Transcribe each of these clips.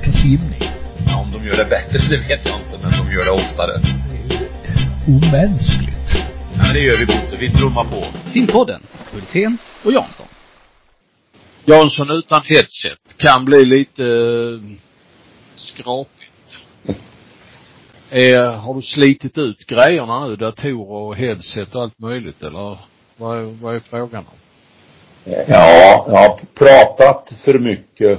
säker simning. Ja, om de gör det bättre, det vet jag inte, men de gör det oftare. Det är omänskligt. Ja, men det gör vi, Bosse. Vi trummar på. Simpodden, Hultén och Jansson. Jansson utan headset kan bli lite skrapigt. Har du slitit ut grejerna nu, datorer och headset och allt möjligt, eller vad är frågan om? Ja, jag har pratat för mycket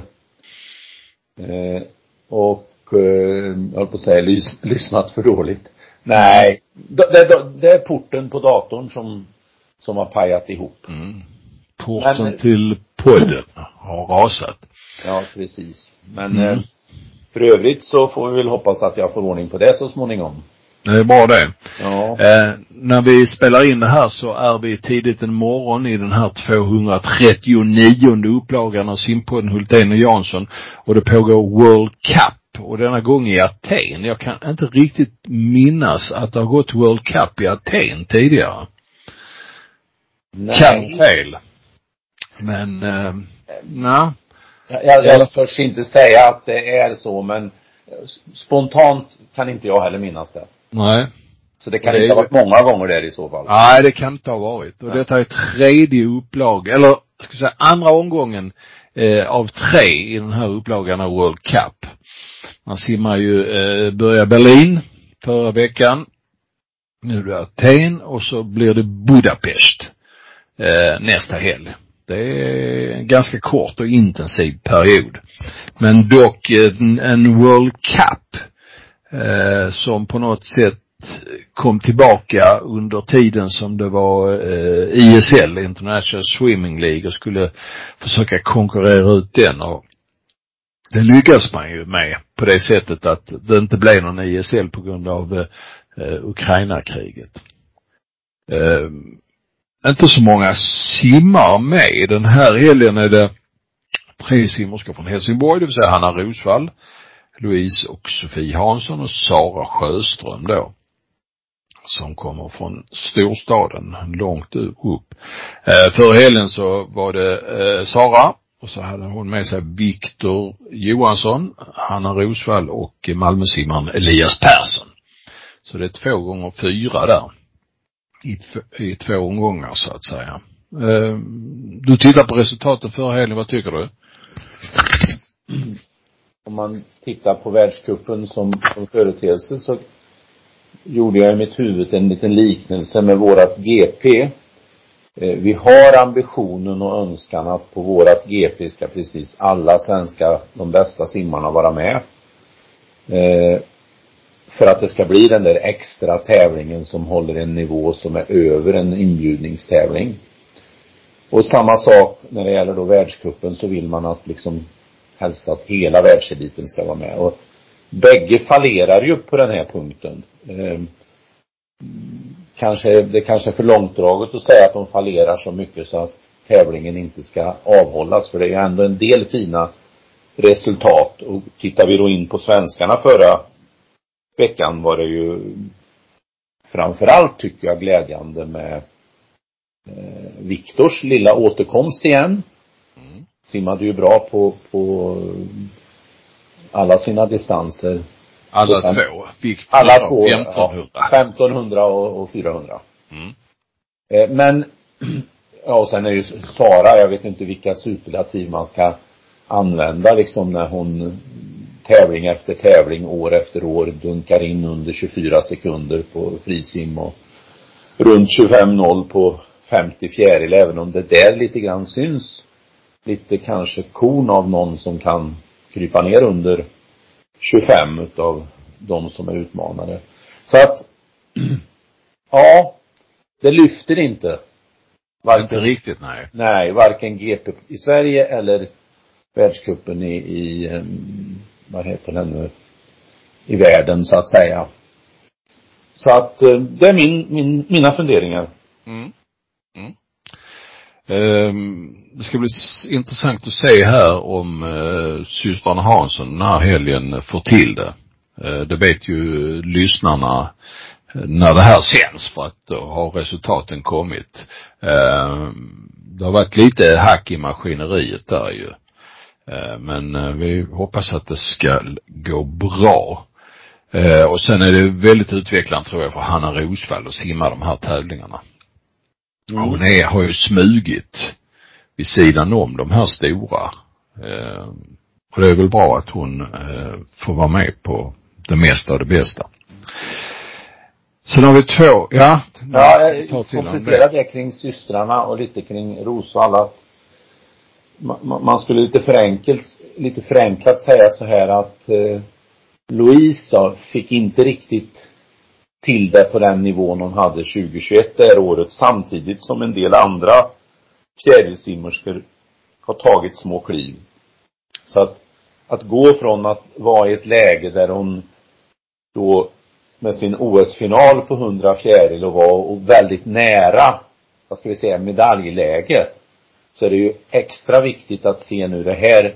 och jag höll på att säga lyssnat för dåligt. Nej, det är porten på datorn som har pajat ihop. Porten till podden har rasat. Ja, precis. Men för övrigt så får vi väl hoppas att jag får ordning på det så småningom. Det är bra det. Ja. När vi spelar in det här så är vi tidigt en morgon i den här 239 upplagan av Simpodden, Hultén och Jansson. Och det pågår World Cup. Och denna gång i Aten. Jag kan inte riktigt minnas att det har gått World Cup i Aten tidigare. Nej. Kan fel. Men, nej. Jag törs inte säga att det är så, men spontant kan inte jag heller minnas det. Nej. Så det kan inte ha varit många gånger där i så fall. Nej, det kan inte ha varit. Och detta är tredje upplag, eller ska jag säga andra omgången av 3 i den här upplagan av World Cup. Man simmar ju, börjar Berlin förra veckan. Nu är det Aten och så blir det Budapest nästa helg. Det är en ganska kort och intensiv period. Men dock en World Cup som på något sätt kom tillbaka under tiden som det var ISL, International Swimming League, och skulle försöka konkurrera ut den. Och det lyckas man ju med på det sättet att det inte blev någon ISL på grund av Ukraina-kriget. Inte så många simmar med. Den här helgen är det 3 simmerskor från Helsingborg, det vill säga Hanna Rosvall, Louise och Sofie Hansson och Sara Sjöström då, som kommer från storstaden långt upp. Förra helgen så var det Sara, och så hade hon med sig Viktor Johansson, Hanna Rosvall och Malmösimmaren Elias Persson. Så det är 2 gånger 4 där. I 2 omgångar så att säga. Du tittar på resultatet förra helgen, vad tycker du? Om man tittar på världscupen som företeelse så gjorde jag i mitt huvud en liten liknelse med vårat GP. Vi har ambitionen och önskan att på vårat GP ska precis alla svenska, de bästa simmarna vara med. För att det ska bli den där extra tävlingen som håller en nivå som är över en inbjudningstävling. Och samma sak när det gäller då världscupen, så vill man att liksom helst att hela världseliten ska vara med. Och bägge fallerar ju på den här punkten. Det kanske är för långdraget att säga att de fallerar så mycket så att tävlingen inte ska avhållas. För det är ju ändå en del fina resultat. Och tittar vi då in på svenskarna förra veckan, var det ju framförallt, tycker jag, glädjande med Viktors lilla återkomst igen. Simmade ju bra på alla sina distanser. Alla sen, 2. Alla 2. 1500. Ja, 1500 och 400. Men ja, och sen är ju Sara, jag vet inte vilka superlativ man ska använda liksom när hon tävling efter tävling, år efter år dunkar in under 24 sekunder på frisim och runt 25-0 på 50 fjäril, även om det där lite grann syns lite kanske korn av någon som kan krypa ner under 25 utav de som är utmanade. Så att ja, det lyfter inte. Inte riktigt, nej. Nej, varken GP i Sverige eller världscupen i vad heter den nu, i världen så att säga. Så att det är mina funderingar. Det ska bli intressant att se här om systrarna Hansson den här helgen får till det. Det vet ju lyssnarna när det här sänds, för att då har resultaten kommit. Det har varit lite hack i maskineriet där ju. Men vi hoppas att det ska gå bra. Och sen är det väldigt utvecklande, tror jag, för Hanna Rosvall att simma de här tävlingarna. Hon har ju smugit vid sidan om de här stora. Och det är väl bra att hon får vara med på det mesta och det bästa. Sen har vi två, jag kompletterar det kring systrarna och lite kring Rosvall. Man skulle lite förenklat säga så här att Louise fick inte riktigt till det på den nivån hon hade 2021 det här året, samtidigt som en del andra fjärilsimmerskor har tagit små kliv. Så att gå från att vara i ett läge där hon då med sin OS-final på 100 fjäril och var väldigt nära, vad ska vi säga, medaljläge, så är det ju extra viktigt att se nu det här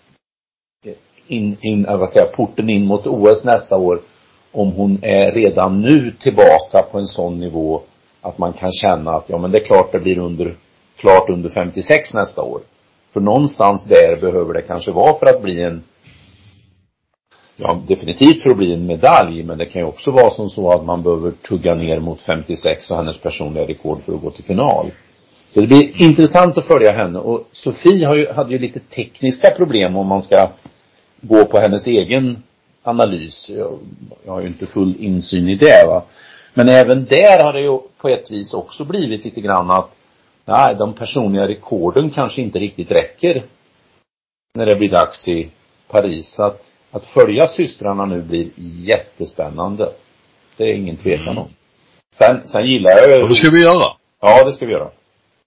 porten in mot OS nästa år, om hon är redan nu tillbaka på en sån nivå att man kan känna att ja, men det är klart det blir klart under 56 nästa år. För någonstans där behöver det kanske vara för att bli definitivt för att bli en medalj, men det kan ju också vara som så att man behöver tugga ner mot 56 och hennes personliga rekord för att gå till final. Så det blir intressant att följa henne. Och Sofie hade ju lite tekniska problem om man ska gå på hennes egen analys. Jag har ju inte full insyn i det, va. Men även där har det ju på ett vis också blivit lite grann att de personliga rekorden kanske inte riktigt räcker när det blir dags i Paris. Att följa systrarna nu blir jättespännande. Det är ingen tvekan om. Sen gillar jag... Och det ska vi göra. Ja, det ska vi göra.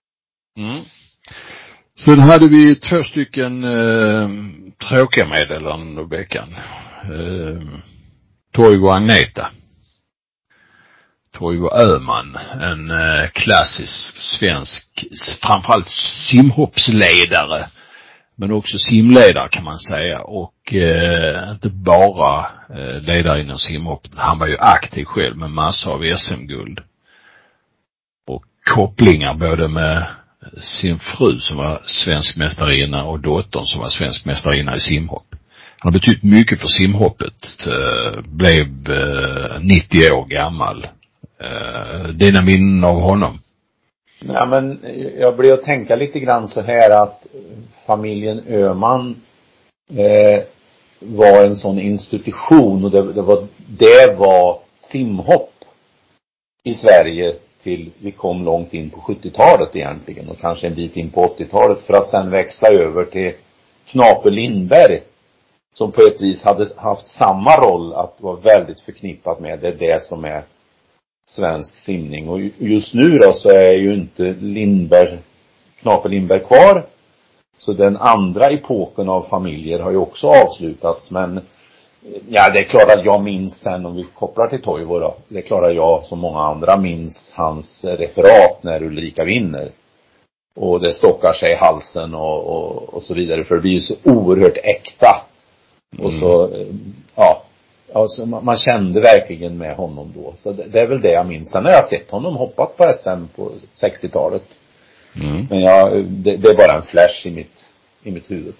Sen hade vi 2 stycken tråkiga meddelanden under veckan. Toivo Agneta. Toivo Öhman, en klassisk svensk, framförallt simhoppsledare, men också simledare kan man säga, och inte bara ledare inom simhopp. Han var ju aktiv själv med massor av SM-guld och kopplingar både med sin fru som var svensk mästarinna och dottern som var svensk mästarinna i simhopp. Han har betytt mycket för simhoppet, blev 90 år gammal. Dina minnen av honom? Ja, men jag blev att tänka lite grann så här att familjen Öhman var en sån institution, och det var simhopp i Sverige till vi kom långt in på 70-talet egentligen, och kanske en bit in på 80-talet, för att sen växla över till Knape Lindberg, som på ett vis hade haft samma roll, att vara väldigt förknippat med det som är svensk simning. Och just nu då så är ju inte Knape Lindberg kvar, så den andra epoken av familjer har ju också avslutats. Men ja, det är klart att jag minns sen, om vi kopplar till Toivo då, det är klart att jag som många andra minns hans referat när Ulrika vinner. Och det stockar sig i halsen och så vidare, för det blir ju så oerhört äkta. Och så, alltså man kände verkligen med honom då. Så det är väl det jag minns. Sen har jag sett honom hoppat på SM på 60-talet. Men det är bara en flash i mitt huvud.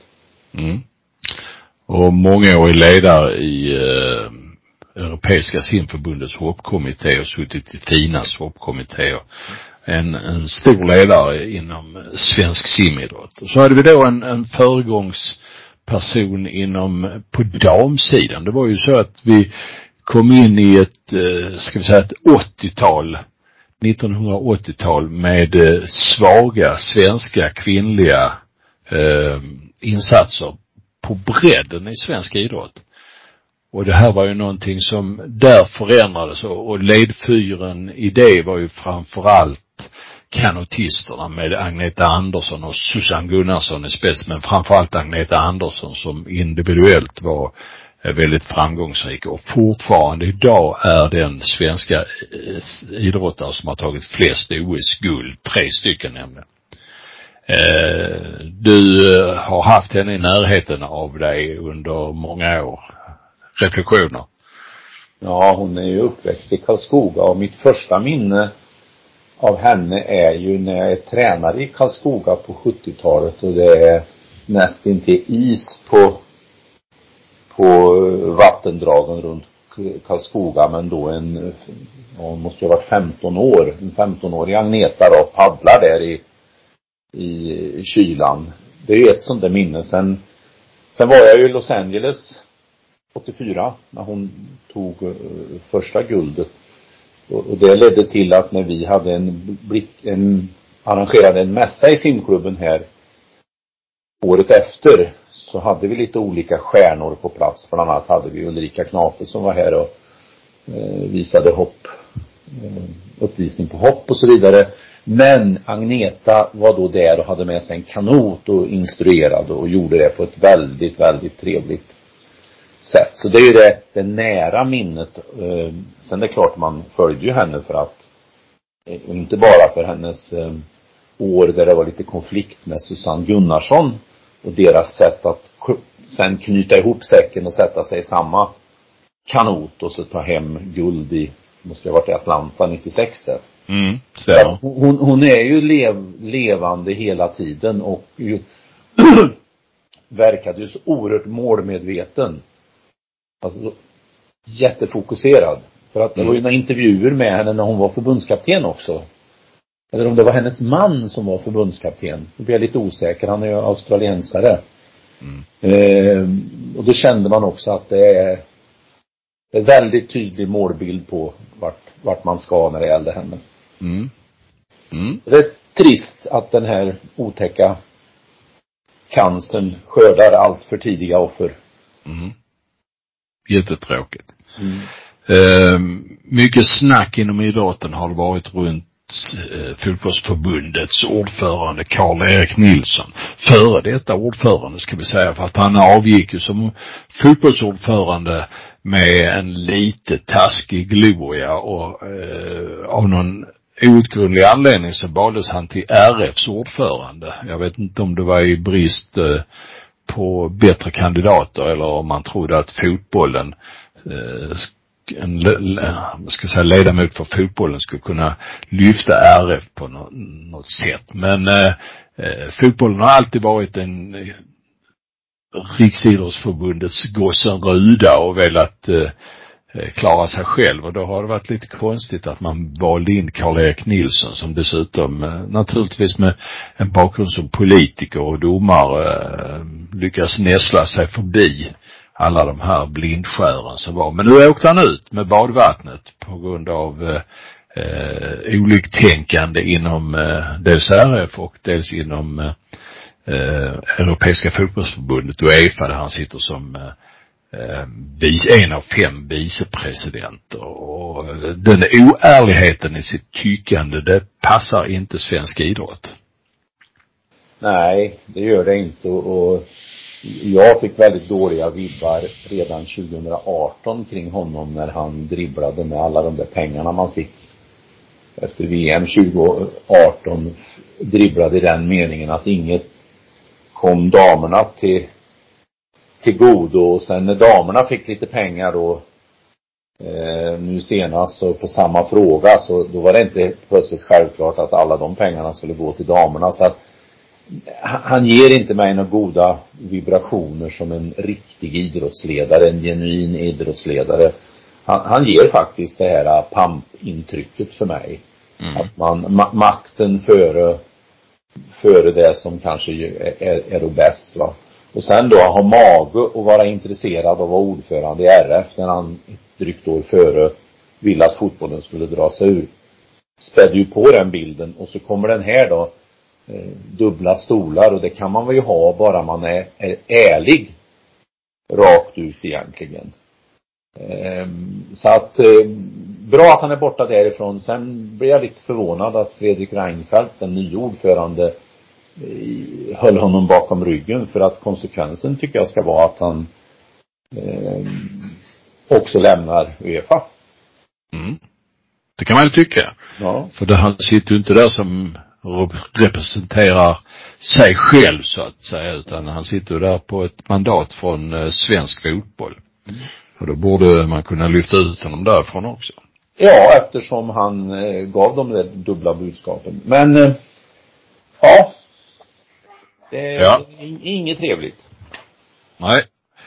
Och mångårig ledare i Europeiska simförbundets hoppkommitté och suttit i FINAs hoppkommitté. En stor ledare inom svensk simidrott. Och så hade vi då en föregångsperson på damsidan. Det var ju så att vi kom in i ett 1980-tal med svaga svenska kvinnliga insatser på bredden i svensk idrott. Och det här var ju någonting som där förändrades, och ledfyren i det var ju framförallt kanotisterna med Agneta Andersson och Susanne Gunnarsson i spets, men framförallt Agneta Andersson som individuellt var väldigt framgångsrik, och fortfarande idag är den svenska idrottare som har tagit flest OS-guld, 3 stycken nämligen. Du har haft henne i närheten av dig under många år. Reflektioner? Ja, hon är ju uppväxt i Karlskoga, och mitt första minne av henne är ju när jag är tränare i Karlskoga på 70-talet, och det är nästintill is på vattendragen runt Karlskoga, men då hon måste ju ha varit 15 år, en 15-årig Agneta då, paddlar där i kylan. Det är ju ett sånt där minne. Sen var jag ju i Los Angeles 84 när hon tog första guldet. Och det ledde till att när vi hade arrangerade en mässa i simklubben här året efter, så hade vi lite olika stjärnor på plats. Bland annat hade vi Ulrika Knape som var här och visade uppvisning på hopp och så vidare. Men Agneta var då där och hade med sig en kanot och instruerade och gjorde det på ett väldigt, väldigt trevligt sätt. Så det är ju det nära minnet. Sen är det klart man följde ju henne för att, inte bara för hennes år där det var lite konflikt med Susanne Gunnarsson och deras sätt att sen knyta ihop säcken och sätta sig i samma kanot och så ta hem guld måste ha varit i Atlanta 96 där. Så. Hon är ju levande hela tiden och ju verkade ju så oerhört målmedveten. Alltså jättefokuserad. För att det var ju några intervjuer med henne när hon var förbundskapten också. Eller om det var hennes man som var förbundskapten. Då blev jag lite osäker. Han är ju australiensare. Och då kände man också att det är en väldigt tydlig målbild på vart man ska när det gällde henne. Det är trist att den här otäcka cancern skördar allt för tidiga offer. Jättetråkigt. Mycket snack inom idrotten har varit runt fotbollsförbundets ordförande Karl-Erik Nilsson. Före detta ordförande ska vi säga, för att han avgick ju som fotbollsordförande med en lite taskig gloria och av någon outgrundlig anledning så valdes han till RFs ordförande. Jag vet inte om det var i brist på bättre kandidater eller om man trodde att fotbollen ledamot för fotbollen skulle kunna lyfta RF på något sätt. Men fotbollen har alltid varit en Riksidrottsförbundets gossen Ruda och velat klara sig själv, och då har det varit lite konstigt att man valde in Karl-Erik Nilsson som dessutom naturligtvis med en bakgrund som politiker och domare lyckas näsla sig förbi alla de här blindskären som var. Men nu åkte han ut med badvattnet på grund av oliktänkande inom dels RF och dels inom Europeiska fotbollsförbundet och UEFA, där han sitter som en av 5 vicepresidenter. Och den oärligheten i sitt tyckande, det passar inte svensk idrott. Nej, det gör det inte. Och jag fick väldigt dåliga vibbar redan 2018 kring honom när han dribblade med alla de där pengarna man fick efter VM 2018. Dribblade i den meningen att inget kom damerna till godo. Och sen när damerna fick lite pengar då nu senast och på samma fråga, så då var det inte plötsligt självklart att alla de pengarna skulle gå till damerna. Så att han ger inte mig några goda vibrationer som en riktig idrottsledare, en genuin idrottsledare. Han ger faktiskt det här pampintrycket för mig. Att makten före det som kanske är då bäst, va. Och sen då ha mage och vara intresserad av att vara ordförande i RF när han ett drygt år före ville att fotbollen skulle dra sig ur. Spädde ju på den bilden, och så kommer den här då, dubbla stolar, och det kan man väl ju ha bara man är ärlig rakt ut egentligen. Så att bra att han är borta därifrån. Sen blir jag lite förvånad att Fredrik Reinfeldt, den nya ordförande, höll honom bakom ryggen, för att konsekvensen tycker jag ska vara att han också lämnar UEFA. Det kan man ju tycka. Ja. För han sitter ju inte där som representerar sig själv så att säga, utan han sitter där på ett mandat från svensk fotboll. Och då borde man kunna lyfta ut honom därifrån också. Ja, eftersom han gav dem det dubbla budskapen. Men ja, Det är inget trevligt. Nej.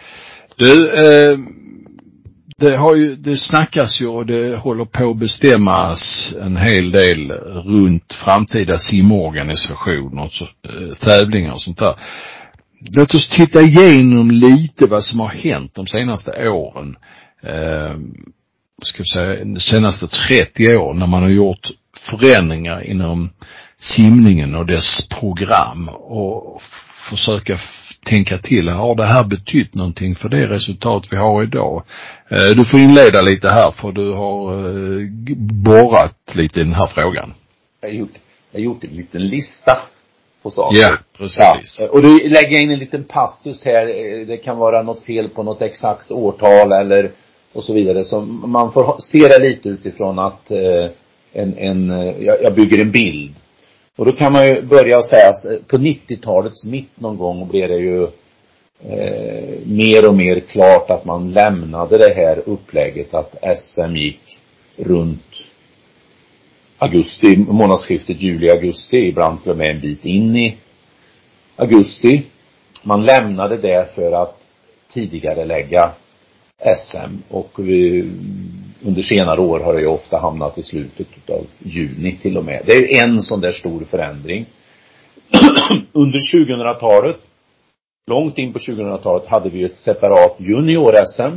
Det snackas ju och det håller på att bestämmas en hel del runt framtida simorganisationer och tävlingar och sånt där. Låt oss titta igenom lite vad som har hänt de senaste åren. Ska vi säga de senaste 30 år när man har gjort förändringar inom simningen och dess program och försöka tänka till. Har det här betytt någonting för det resultat vi har idag? Du får inleda lite här för du har borrat lite i den här frågan. Jag har gjort en liten lista på saker. Ja, precis. Ja. Och du lägger in en liten passus här. Det kan vara något fel på något exakt årtal eller och så vidare. Så man får se det lite utifrån att jag bygger en bild. Och då kan man ju börja säga på 90-talets mitt någon gång blev det ju mer och mer klart att man lämnade det här upplägget att SM gick runt augusti, månadsskiftet juli-augusti, ibland till och med en bit in i augusti. Man lämnade det för att tidigare lägga SM och under senare år har det ju ofta hamnat i slutet av juni till och med. Det är ju en sån där stor förändring. Under 2000-talet, långt in på 2000-talet, hade vi ett separat junior-SM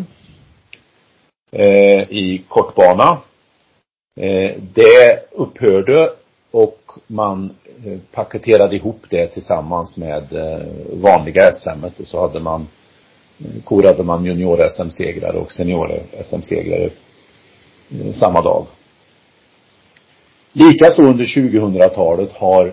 i kortbana. Det upphörde och man paketerade ihop det tillsammans med vanliga SM-et och så korade man junior-SM-segrare och senior-SM-segrare samma dag. Likaså under 2000-talet har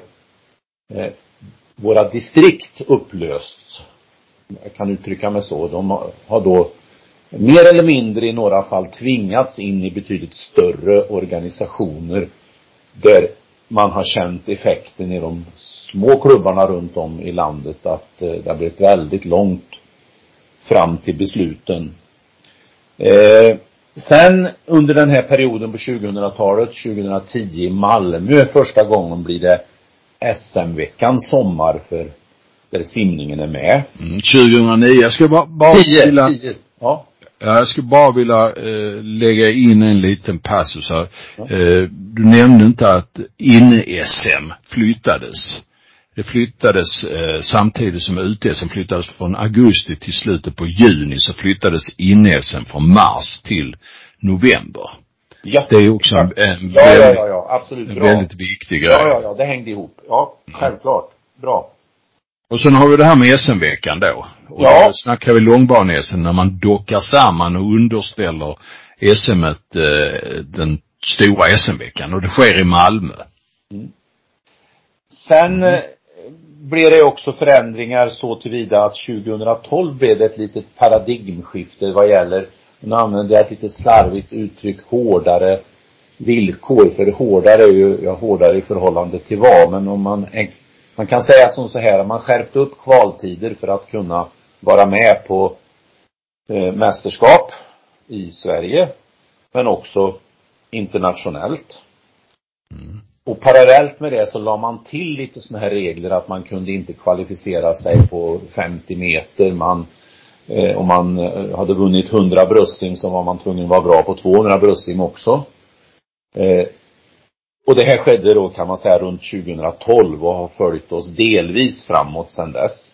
våra distrikt upplösts. Jag kan uttrycka mig så. De har då mer eller mindre i några fall tvingats in i betydligt större organisationer där man har känt effekten i de små klubbarna runt om i landet att det har blivit väldigt långt fram till besluten. Sen under den här perioden på 2000-talet, 2010 i Malmö första gången blir det SM-veckan sommar för där simningen är med. 2009, jag ska bara 10. Ja. Jag skulle bara vilja lägga in en liten passus här. Du nämnde inte att in-SM flyttades. Det flyttades samtidigt som ut-SM flyttades från augusti till slutet på juni, så flyttades in-SM från mars till november. Ja, det är också en absolut en bra. Väldigt viktig grej. Ja, det hängde ihop. Ja, självklart. Bra. Och sen har vi det här med SM-veckan då. Och då snackar vi långbane-SM när man dockar samman och underställer SM-et den stora SM-veckan. Och det sker i Malmö. Sen blev det också förändringar så tillvida att 2012 blev det ett litet paradigmskifte vad gäller, nu använder jag ett lite slarvigt uttryck, hårdare villkor. För hårdare är ju hårdare i förhållande till vad. Men om man kan säga som så här, man skärpte upp kvaltider för att kunna vara med på mästerskap i Sverige. Men också internationellt. Och parallellt med det så la man till lite såna här regler att man kunde inte kvalificera sig på 50 meter. Om man hade vunnit 100 bröstsim så var man tvungen att vara bra på 200 bröstsim också. Och det här skedde då kan man säga runt 2012 och har följt oss delvis framåt sedan dess.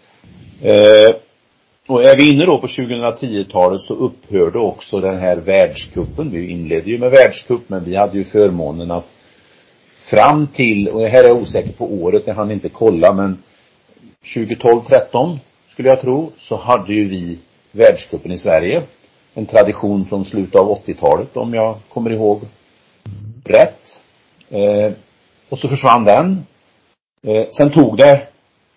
Och är vi inne då på 2010-talet så upphörde också den här världscupen. Vi inledde ju med världscup, men vi hade ju förmånen att fram till, och här är jag osäker på året, jag hann inte kolla, men 2012-13 skulle jag tro, så hade ju vi världscupen i Sverige. En tradition från slutet av 80-talet om jag kommer ihåg rätt. Och så försvann den. Sen tog det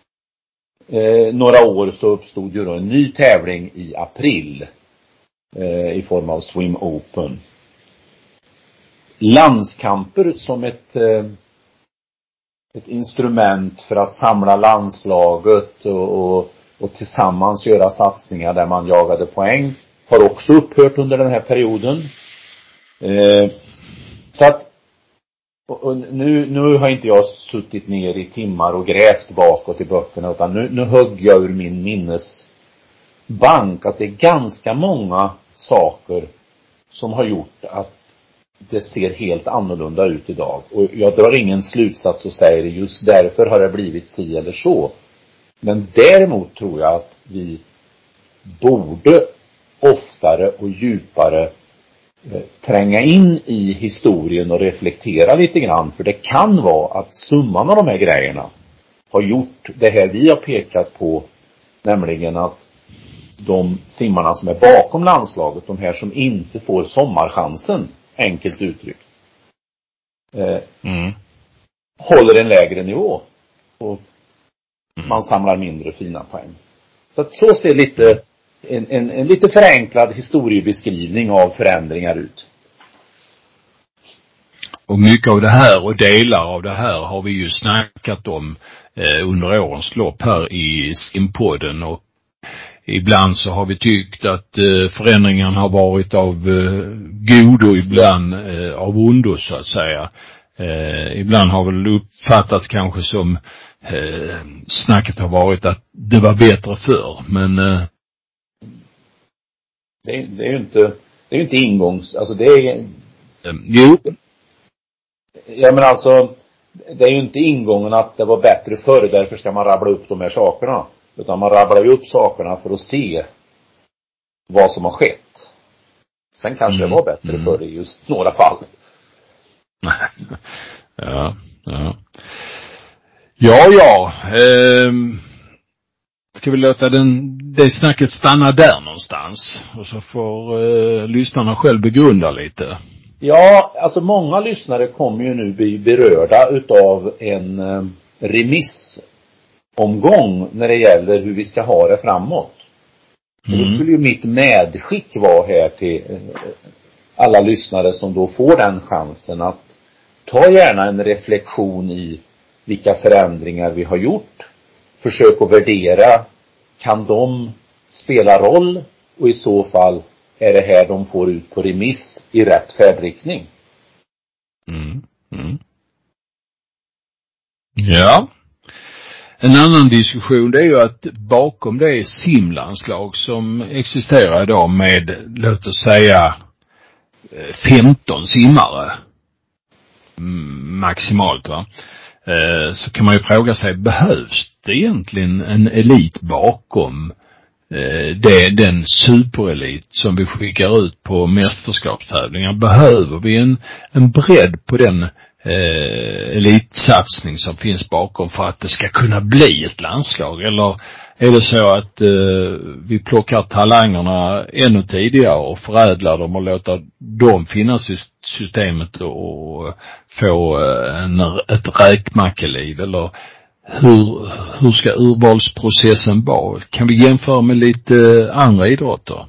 några år, så uppstod ju då en ny tävling i april i form av Swim Open. Landskamper som ett instrument för att samla landslaget och tillsammans göra satsningar där man jagade poäng har också upphört under den här perioden. Så att Och nu har inte jag suttit ner i timmar och grävt bakåt i böckerna, utan nu högg jag ur min minnesbank att det är ganska många saker som har gjort att det ser helt annorlunda ut idag. Och jag drar ingen slutsats och säger just därför har det blivit si eller så. Men däremot tror jag att vi borde oftare och djupare tränga in i historien och reflektera lite grann. För det kan vara att summan av de här grejerna har gjort det här vi har pekat på, nämligen att de simmarna som är bakom landslaget, de här som inte får sommarchansen, enkelt uttryckt, håller en lägre nivå och man samlar mindre fina poäng. Så att så ser lite en lite förenklad historiebeskrivning av förändringar ut. Och mycket av det här och delar av det här har vi ju snackat om under årens lopp här i Simpodden, och ibland så har vi tyckt att förändringarna har varit av godo, ibland av ondo så att säga. Ibland har väl uppfattats kanske som snacket har varit att det var bättre förr, men det är ju inte ingångs, alltså det är jo. Ja, men alltså det är ju inte ingången att det var bättre förr, därför ska man rabbla upp de här sakerna, utan man rabblar ju upp sakerna för att se vad som har skett. Sen kanske det var bättre förr i just några fall. Ja. Ska vi låta det snacket stanna där någonstans, och så får lyssnarna själv begrunda lite. Ja, alltså många lyssnare kommer ju nu bli berörda utav en remissomgång när det gäller hur vi ska ha det framåt. Och då skulle ju mitt medskick vara här till alla lyssnare som då får den chansen att ta gärna en reflektion i vilka förändringar vi har gjort. Försök att värdera, kan de spela roll, och i så fall är det här de får ut på remiss i rätt färdriktning. Ja. En annan diskussion, det är ju att bakom det simlandslag som existerar idag med, låt oss säga, 15 simmare maximalt, va? Så kan man ju fråga sig, behövs det egentligen en elit bakom den superelit som vi skickar ut på mästerskapstävlingar? Behöver vi en bredd på den elitsatsning som finns bakom för att det ska kunna bli ett landslag? Eller är det så att vi plockar talangerna ännu tidigare och förädlar dem och låter dem finnas i systemet och få ett räkmackeliv? Eller hur ska urvalsprocessen vara? Kan vi jämföra med lite andra idrotter?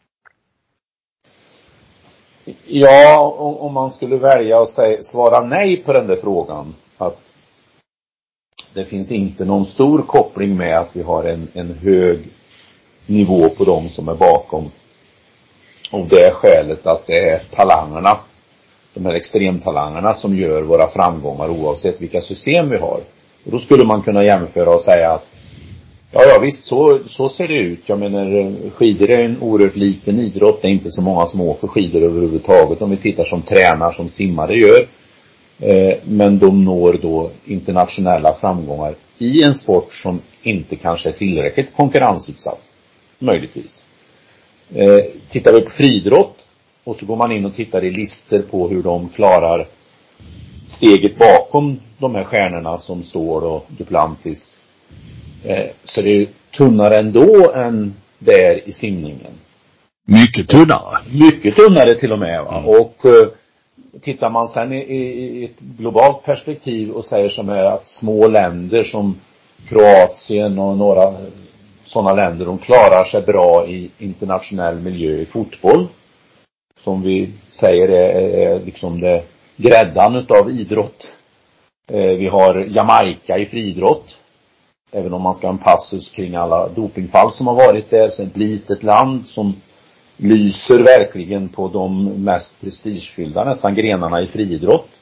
Ja, om man skulle välja att svara nej på den där frågan, att det finns inte någon stor koppling med att vi har en hög nivå på dem som är bakom. Och det är skälet att det är talangerna, de här extremtalangerna, som gör våra framgångar oavsett vilka system vi har. Och då skulle man kunna jämföra och säga att ja visst, så ser det ut. Jag menar, skidor är en oerhört liten idrott. Det är inte så många som åker skidor överhuvudtaget om vi tittar som tränar, som simmare gör. Men de når då internationella framgångar i en sport som inte kanske är tillräckligt konkurrensutsatt, möjligtvis. Tittar vi på friidrott och så går man in och tittar i listor på hur de klarar steget bakom de här stjärnorna som står och Duplantis, så det är tunnare ändå än där i simningen. Mycket tunnare. Mycket tunnare till och med, va? Och tittar man sen i ett globalt perspektiv och säger som är att små länder som Kroatien och några sådana länder, de klarar sig bra i internationell miljö i fotboll, som vi säger är liksom det gräddan utav idrott. Vi har Jamaica i friidrott, även om man ska ha en passus kring alla dopingfall som har varit där. Så ett litet land som lyser verkligen på de mest prestigefyllda nästan grenarna i friidrott.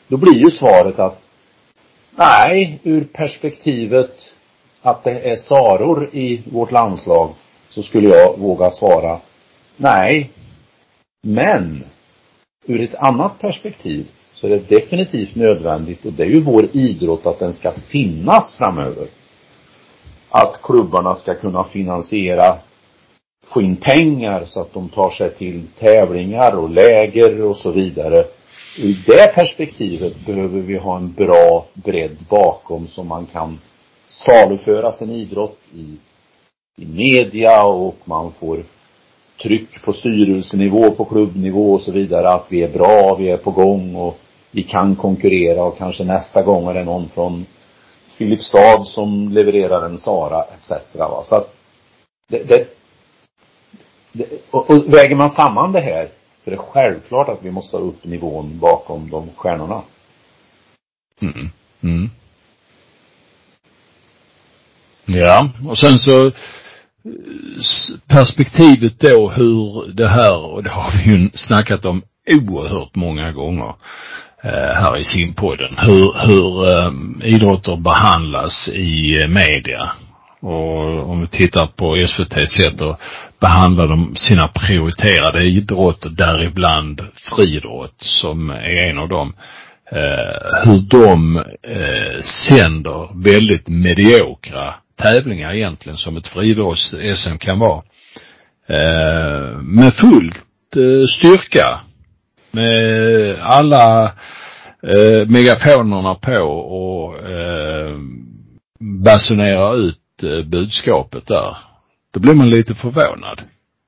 Då blir ju svaret att nej, ur perspektivet att det är saror i vårt landslag så skulle jag våga svara nej. Men ur ett annat perspektiv så är det definitivt nödvändigt, och det är ju vår idrott, att den ska finnas framöver. Att klubbarna ska kunna finansiera, få in pengar så att de tar sig till tävlingar och läger och så vidare. I det perspektivet behöver vi ha en bra bredd bakom, så man kan saluföra sin idrott i media, och man får tryck på styrelsenivå, på klubbnivå och så vidare, att vi är bra, vi är på gång och vi kan konkurrera, och kanske nästa gång är det någon från Filipstad som levererar en Sara etc. Va? Så att och väger man samman det här så är det självklart att vi måste ha upp nivån bakom de stjärnorna. Ja, och sen så perspektivet då hur det här, och det har vi ju snackat om oerhört många gånger här i Simpodden, hur idrotter behandlas i media. Och om vi tittar på SVT:s sätt att behandla de sina prioriterade idrotter, däribland friidrott som är en av dem, hur de sänder väldigt mediokra tävlingar egentligen, som ett friidrotts-SM kan vara, med fullt styrka, med alla megafonerna på, och basunera ut budskapet där. Då blir man lite förvånad.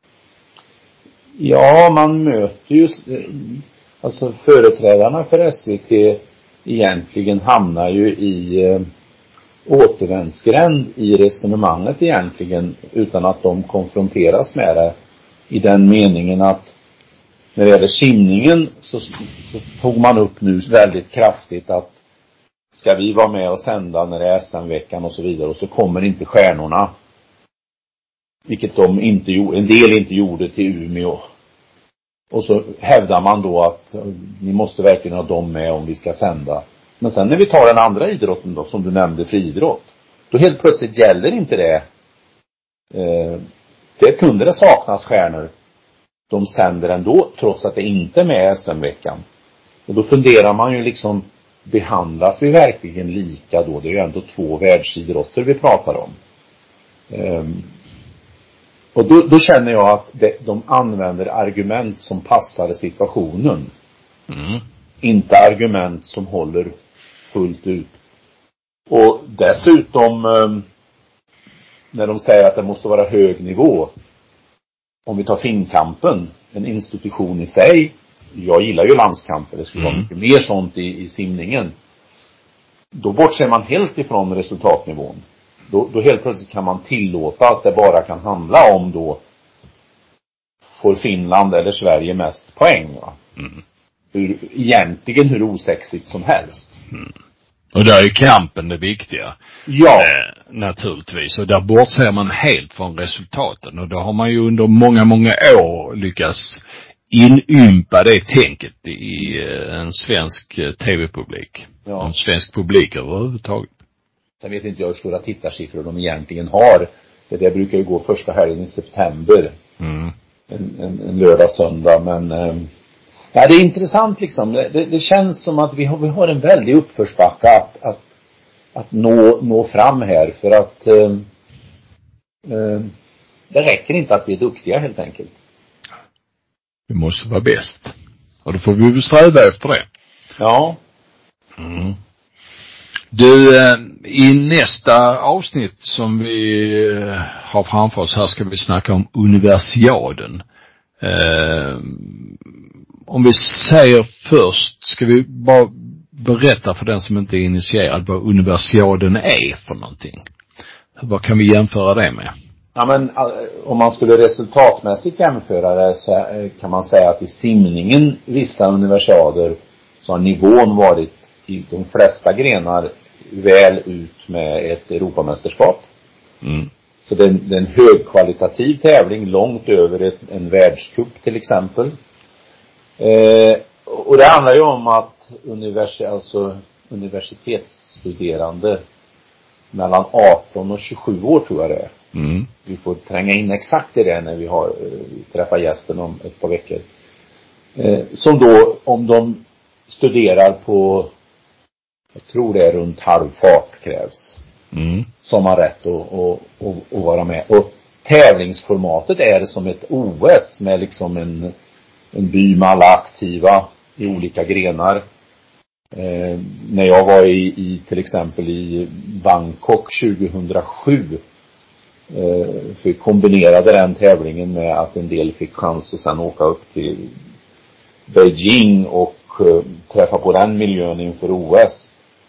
Ja, man möter ju alltså företrädarna för SVT egentligen hamnar ju i återvändsgränd i resonemanget egentligen, utan att de konfronteras med det, i den meningen att när det gäller simningen så tog man upp nu väldigt kraftigt att ska vi vara med och sända när det är SM-veckan och så vidare, och så kommer inte stjärnorna, vilket de inte gjorde, en del inte gjorde till Umeå, och så hävdar man då att ni måste verkligen ha dem med om vi ska sända. Men sen när vi tar den andra idrotten då, som du nämnde, friidrott, då helt plötsligt gäller inte det. Det kunde det saknas stjärnor, de sänder ändå trots att det inte är med SM-veckan. Och då funderar man ju liksom, behandlas vi verkligen lika då? Det är ju ändå 2 världsidrotter vi pratar om. Och då känner jag att de använder argument som passar situationen. Inte argument som håller fullt ut. Och dessutom när de säger att det måste vara hög nivå, om vi tar Finnkampen, en institution i sig. Jag gillar ju landskamper, det skulle vara mycket mer sånt i simningen. Då bortser man helt ifrån resultatnivån. Då helt plötsligt kan man tillåta att det bara kan handla om då får Finland eller Sverige mest poäng, va? Egentligen hur osexigt som helst. Och där är kampen det viktiga. Ja. Naturligtvis. Och där bortser man helt från resultaten. Och då har man ju under många, många år lyckats inympa det tänket i en svensk tv-publik. Ja. En svensk publik överhuvudtaget. Sen vet inte jag hur stora tittarsiffror de egentligen har. Det brukar ju gå första helgen i september. En lördag, söndag. Men ja, det är intressant liksom. Det känns som att vi har en väldig uppförsbacka att nå fram här. För att det räcker inte att vi är duktiga helt enkelt. Vi måste vara bäst. Och då får vi väl sträva efter det. Ja. Du, i nästa avsnitt som vi har framför oss här ska vi snacka om universiaden. Om vi säger först, ska vi bara berätta för den som inte är initierad vad universiaden är för någonting. Vad kan vi jämföra det med? Ja, men om man skulle resultatmässigt jämföra det så kan man säga att i simningen, vissa universiader, så har nivån varit i de flesta grenar väl ut med ett Europamästerskap. Så det är en högkvalitativ tävling långt över en världscup till exempel. Och det handlar ju om att universitetsstuderande mellan 18 och 27 år tror jag det är. Mm. Vi får tränga in exakt i det när vi träffar gästen om ett par veckor. Som då, om de studerar på, jag tror det är runt halvfart krävs. Mm. Som har rätt att vara med. Och tävlingsformatet är som ett OS med liksom en by med alla aktiva i olika grenar. När jag var till exempel i Bangkok 2007 för kombinerade den tävlingen med att en del fick chans att sen åka upp till Beijing och träffa på den miljön inför OS.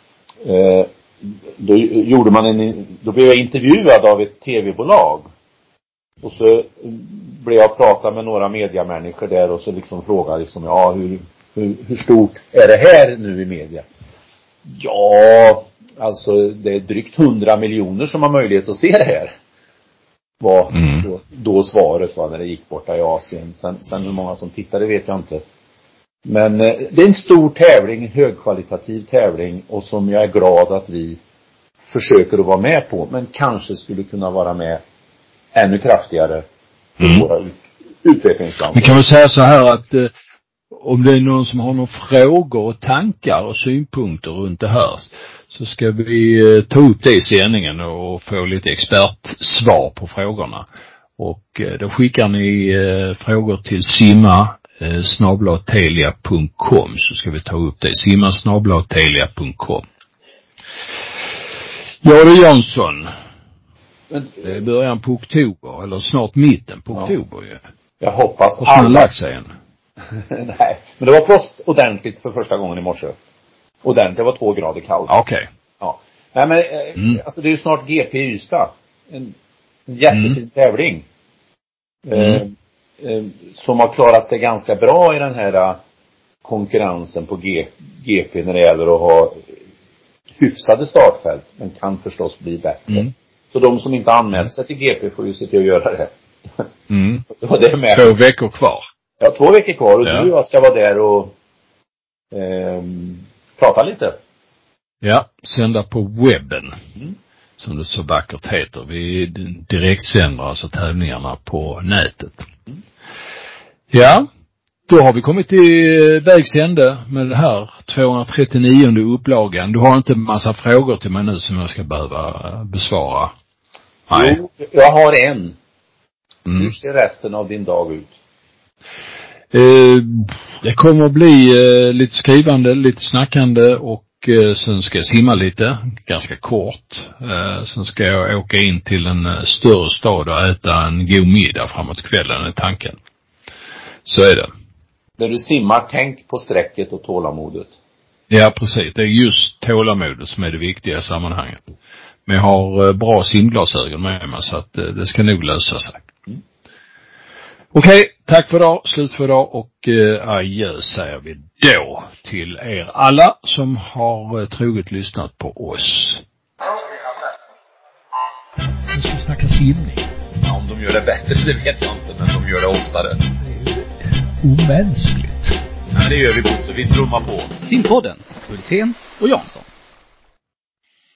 Då blev jag intervjuad av ett tv-bolag. Och så blev jag prata med några mediamänniskor där och så liksom frågade liksom, ja, hur stort är det här nu i media? Ja, alltså det är drygt 100 miljoner som har möjlighet att se det här. Var då svaret var när det gick borta i Asien. Sen hur många som tittade vet jag inte. Men det är en stor tävling, en högkvalitativ tävling och som jag är glad att vi försöker att vara med på. Men kanske skulle kunna vara med ännu kraftigare i våra utvecklingsland. Vi kan väl säga så här att om det är någon som har några frågor och tankar och synpunkter runt det här så ska vi ta upp det i sändningen och få lite expertsvar på frågorna. Och då skickar ni frågor till simma@telia.com så ska vi ta upp det. simma@telia.com. Ja, det är Jansson. Det är början på oktober, eller snart mitten på oktober ju. Jag hoppas att alla lagt sig än. Nej, men det var frost ordentligt för första gången i morse. Ordentligt, det var 2 grader kallt. Okej. Ja. Nej men, alltså det är ju snart GP i Ystad. En jättefin tävling. Som har klarat sig ganska bra i den här konkurrensen på GP när det gäller att ha hyfsade startfält. Men kan förstås bli bättre. Så de som inte anmält sig till GP får ju se till att göra det. Det var det med. 2 veckor kvar. Ja, 2 veckor kvar och du och jag ska vara där och prata lite. Ja, sända på webben. Som det så vackert heter. Vi direktsänder alltså tävlingarna på nätet. Ja, då har vi kommit till vägs ände med det här 239 upplagan. Du har inte en massa frågor till mig nu som jag ska behöva besvara. Nej. Jo, jag har en. Hur ser resten av din dag ut? Det kommer att bli lite skrivande, lite snackande och sen ska jag simma lite, ganska kort. Sen ska jag åka in till en större stad och äta en god middag framåt kvällen i tanken. Så är det. När du simmar, tänk på sträcket och tålamodet. Ja, precis. Det är just tålamodet som är det viktiga i sammanhanget. Men jag har bra simglasögon med mig så att det ska nog lösa sig. Okej, tack för idag. Slut för idag och adjö säger vi då till er alla som har troget lyssnat på oss. Nu ska vi snacka simning. Ja, om de gör det bättre, det vet jag inte, men de gör det oftare. Det är ju omänskligt. Nej, det gör vi, Bosse. Vi trummar på. Simpodden, Hultén och Jansson.